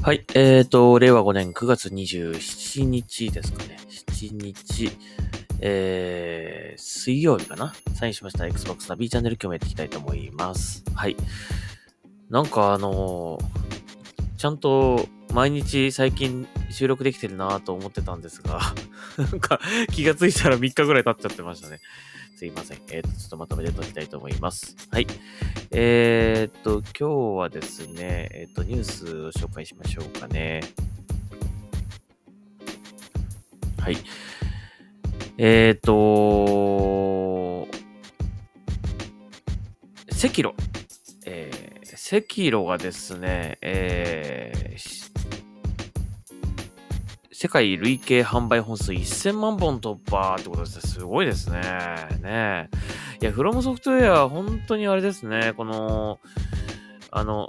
はい。令和5年9月27日ですかね。7日、水曜日かな。サインしました Xbox ナビチャンネル今日もやっていきたいと思います。はい。なんかちゃんと毎日最近収録できてるなぁと思ってたんですが、なんか気がついたら3日ぐらい経っちゃってましたね。すいません。ちょっとまとめておきたいと思います。はい。今日はですね、ニュースを紹介しましょうかね。はい。セキロ。セキロがですね、世界累計販売本数1000万本突破ってことですね。すごいですね。ねえ。いや、フロムソフトウェアは本当にあれですね。あの、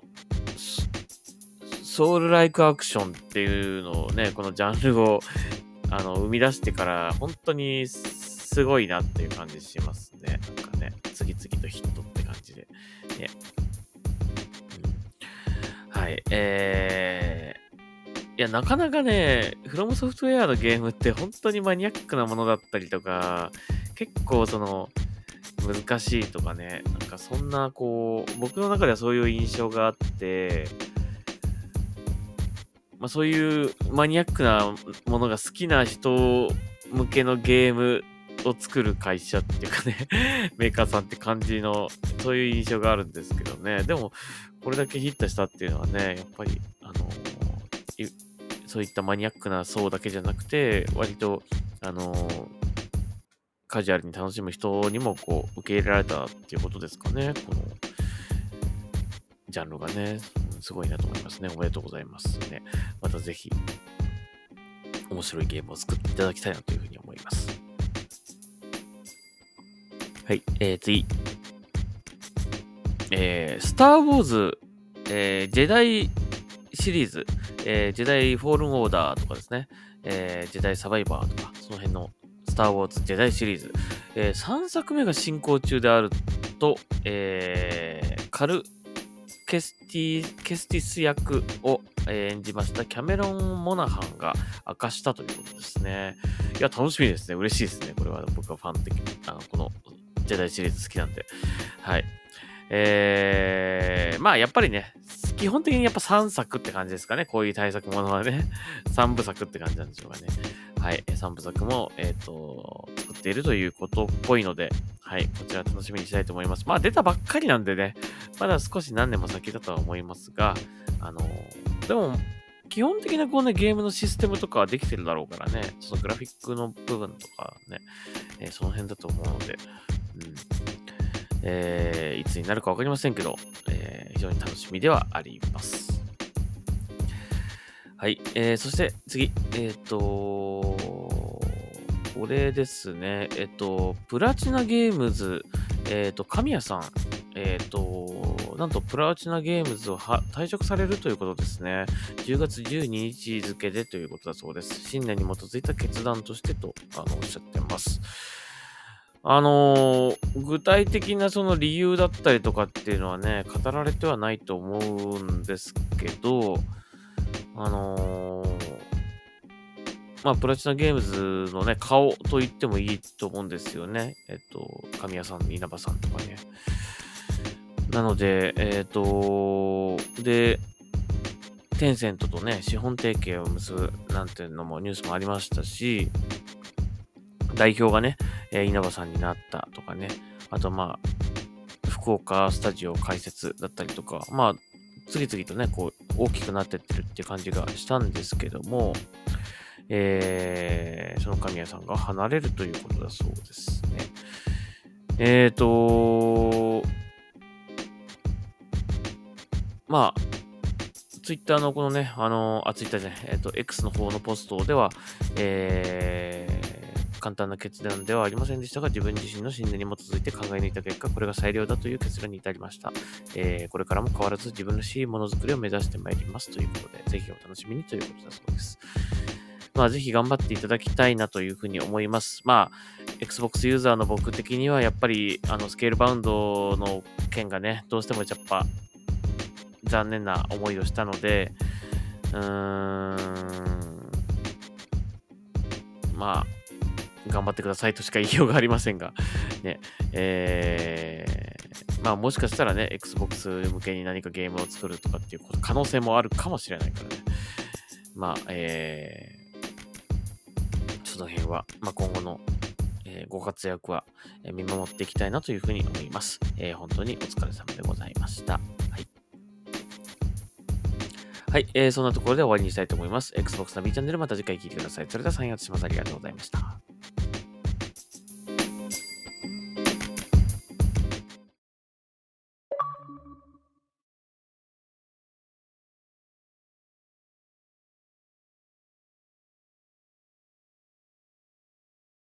ソウルライクアクションっていうのをね、このジャンルを生み出してから本当にすごいなっていう感じしますね。なんかね、次々とヒットって感じで。ね。はい。いや、なかなかね、フロムソフトウェアのゲームって本当にマニアックなものだったりとか、結構難しいとかね、なんかそんな僕の中ではそういう印象があって、まあそういうマニアックなものが好きな人向けのゲームを作る会社っていうかね、メーカーさんって感じの、そういう印象があるんですけどね。でも、これだけヒットしたっていうのはね、やっぱり、そういったマニアックな層だけじゃなくて、割と、カジュアルに楽しむ人にも受け入れられたっていうことですかね。このジャンルがね、すごいなと思いますね。おめでとうございますね。またぜひ、面白いゲームを作っていただきたいなというふうに思います。はい、次。スター・ウォーズ、ジェダイシリーズ、ジェダイ・フォールン・オーダーとかですね、ジェダイ・サバイバーとか、その辺のスター・ウォーズ・ジェダイシリーズ、3作目が進行中であると、カル・ケスティス役を、演じましたキャメロン・モナハンが明かしたということですね。いや、楽しみですね。嬉しいですね。これは僕はファン的に、このジェダイシリーズ好きなんで。はい。まあやっぱりね、基本的にやっぱ3作って感じですかね。こういう大作ものはね。3部作って感じなんでしょうかね。はい。3部作も、作っているということっぽいので、はい。こちら楽しみにしたいと思います。まあ出たばっかりなんでね、まだ少し何年も先だとは思いますが、でも、基本的なゲームのシステムとかはできてるだろうからね、そのグラフィックの部分とかね、その辺だと思うので、いつになるかわかりませんけど、非常に楽しみではあります。はい。そして次。これですね。プラチナゲームズ、神谷さん。なんとプラチナゲームズを退職されるということですね。10月12日付でということだそうです。信念に基づいた決断としてと、おっしゃってます。具体的なその理由だったりとかっていうのはね、語られてはないと思うんですけど、まあ、プラチナゲームズのね、顔と言ってもいいと思うんですよね。神谷さん、稲葉さんとかね。なので、で、テンセントとね、資本提携を結ぶなんていうのもニュースもありましたし、代表がね、稲葉さんになったとかね、あとまあ、福岡スタジオ開設だったりとか、まあ、次々とね、大きくなってってるっていう感じがしたんですけども、その神谷さんが離れるということだそうですね。まあ、ツイッターのこのね、ツイッターじゃない、X の方のポストでは、簡単な決断ではありませんでしたが、自分自身の信念に基づいて考え抜いた結果、これが最良だという結論に至りました。これからも変わらず自分らしいものづくりを目指してまいりますということで、ぜひお楽しみにということだそうです。まあ、ぜひ頑張っていただきたいなというふうに思います。まあ、Xbox ユーザーの僕的には、やっぱり、スケールバウンドの件がね、どうしてもやっぱ、残念な思いをしたので、 うーん、まあ、頑張ってくださいとしか言いようがありませんが、ね、まあもしかしたらね、Xbox 向けに何かゲームを作るとかっていう可能性もあるかもしれないからね。まあ、その辺は、まあ今後の、ご活躍は、見守っていきたいなというふうに思います。本当にお疲れ様でございました。はい。はい、そんなところで終わりにしたいと思います。Xbox の B チャンネルまた次回聞いてください。それではサインアウトします。ありがとうございました。